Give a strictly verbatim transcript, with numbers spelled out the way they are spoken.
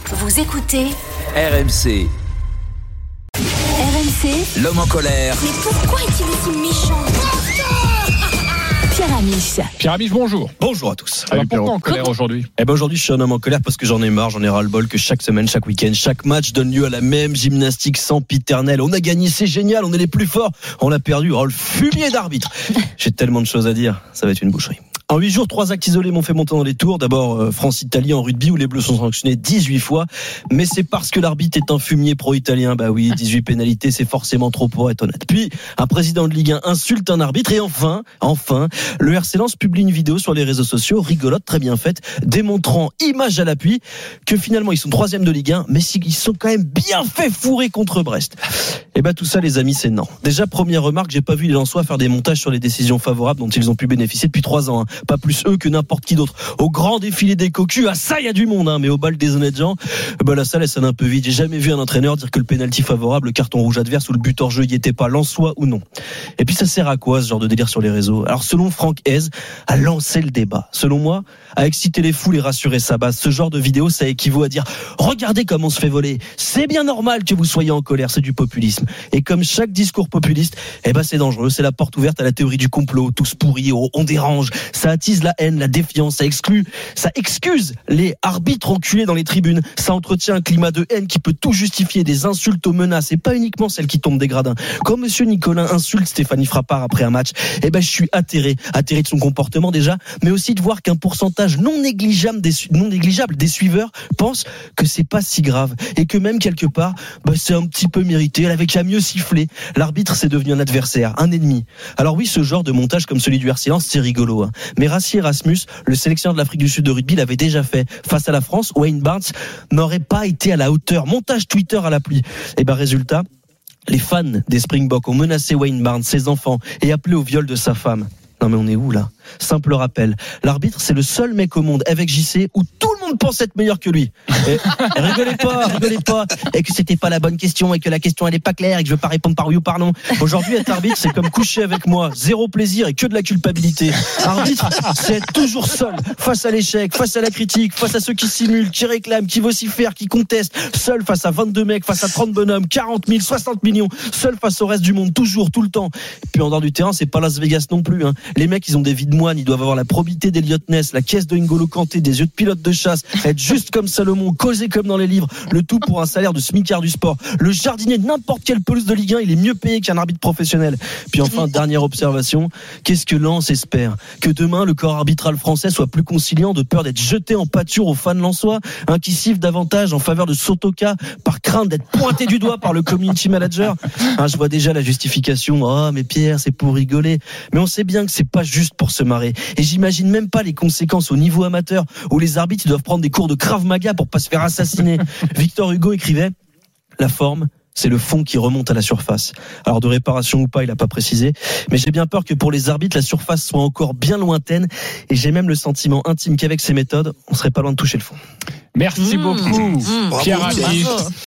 Vous écoutez R M C. R M C. L'homme en colère. Mais pourquoi est-il aussi méchant? Pierre Amiche. Pierre Amiche, bonjour. Bonjour à tous. Alors pourquoi en colère aujourd'hui? Eh ben aujourd'hui, je suis un homme en colère parce que j'en ai marre, j'en ai ras-le-bol que chaque semaine, chaque week-end, chaque match donne lieu à la même gymnastique sempiternelle. On a gagné, c'est génial, on est les plus forts. On l'a perdu, oh le fumier d'arbitre. J'ai tellement de choses à dire, ça va être une boucherie. En huit jours, trois actes isolés m'ont fait monter dans les tours. D'abord, euh, France-Italie en rugby où les Bleus sont sanctionnés dix-huit fois. Mais c'est parce que l'arbitre est un fumier pro-italien. Bah oui, dix-huit pénalités, c'est forcément trop pour être honnête. Puis, un président de Ligue un insulte un arbitre. Et enfin, enfin, le R C Lens publie une vidéo sur les réseaux sociaux, rigolote, très bien faite, démontrant, image à l'appui, que finalement ils sont troisième de Ligue un, mais ils sont quand même bien fait fourrer contre Brest. Et bah tout ça, les amis, c'est non. Déjà, première remarque, j'ai pas vu les Lensois faire des montages sur les décisions favorables dont ils ont pu bénéficier depuis trois ans. Hein. Pas plus eux que n'importe qui d'autre. Au grand défilé des cocus, à ça il y a du monde, hein, mais au bal des honnêtes gens, bah la salle elle sonne un peu vide. J'ai jamais vu un entraîneur dire que le pénalty favorable, le carton rouge adverse ou le but hors jeu y était pas, Lensois ou non. Et puis ça sert à quoi ce genre de délire sur les réseaux? Alors selon Franck Hez, à lancer le débat. Selon moi, à exciter les foules et rassurer sa base. Ce genre de vidéo, ça équivaut à dire regardez comme on se fait voler. C'est bien normal que vous soyez en colère, c'est du populisme. Et comme chaque discours populiste, eh ben c'est dangereux, c'est la porte ouverte à la théorie du complot, tous pourris, on dérange, ça attise la haine, la défiance, ça exclut, ça excuse les arbitres enculés dans les tribunes, ça entretient un climat de haine qui peut tout justifier, des insultes aux menaces et pas uniquement celles qui tombent des gradins. Quand monsieur Nicolin insulte Stéphanie Frappard après un match, eh ben je suis atterré, atterré de son comportement déjà, mais aussi de voir qu'un pourcentage non négligeable des, non négligeable des suiveurs pense que c'est pas si grave et que même quelque part, bah, c'est un petit peu mérité, elle avait qu'à mieux siffler. L'arbitre c'est devenu un adversaire, un ennemi. Alors oui, ce genre de montage comme celui du R C Lens, c'est rigolo, hein. Mais Rassi Erasmus, le sélectionneur de l'Afrique du Sud de rugby, l'avait déjà fait. Face à la France, Wayne Barnes n'aurait pas été à la hauteur. Montage Twitter à la pluie. Et ben résultat, les fans des Springboks ont menacé Wayne Barnes, ses enfants, et appelé au viol de sa femme. Non mais on est où là? Simple rappel, l'arbitre c'est le seul mec au monde avec J C où tout le monde pense être meilleur que lui. Et, et rigolez pas, rigolez pas, et que c'était pas la bonne question et que la question elle est pas claire et que je veux pas répondre par oui ou par non. Aujourd'hui être arbitre c'est comme coucher avec moi, zéro plaisir et que de la culpabilité. Arbitre c'est être toujours seul face à l'échec, face à la critique, face à ceux qui simulent, qui réclament, qui vocifèrent, qui contestent, seul face à vingt-deux mecs, face à trente bonhommes, quarante mille, soixante millions, seul face au reste du monde, toujours, tout le temps. Et puis en dehors du terrain c'est pas Las Vegas non plus, hein. Les mecs ils ont des vies de moine, ils doivent avoir la probité d'Eliott Ness, la caisse de N'Golo Kanté, des yeux de pilote de chasse, être juste comme Salomon, causer comme dans les livres, le tout pour un salaire de smicard du sport. Le jardinier de n'importe quelle pelouse de Ligue un, il est mieux payé qu'un arbitre professionnel. Puis enfin, dernière observation, qu'est-ce que Lens espère? Que demain, le corps arbitral français soit plus conciliant de peur d'être jeté en pâture aux fans lensois, hein, qui sifflent davantage en faveur de Sotoka par crainte d'être pointé du doigt par le community manager. Hein, je vois déjà la justification, oh mais Pierre, c'est pour rigoler. Mais on sait bien que c'est pas juste pour se marrer. Et j'imagine même pas les conséquences au niveau amateur où les arbitres ils doivent prendre des cours de Krav Maga pour pas se faire assassiner. Victor Hugo écrivait la forme, c'est le fond qui remonte à la surface. Alors de réparation ou pas, il a pas précisé, mais j'ai bien peur que pour les arbitres, la surface soit encore bien lointaine et j'ai même le sentiment intime qu'avec ces méthodes, on serait pas loin de toucher le fond. Merci mmh, beaucoup, mmh, Pierre Amiche.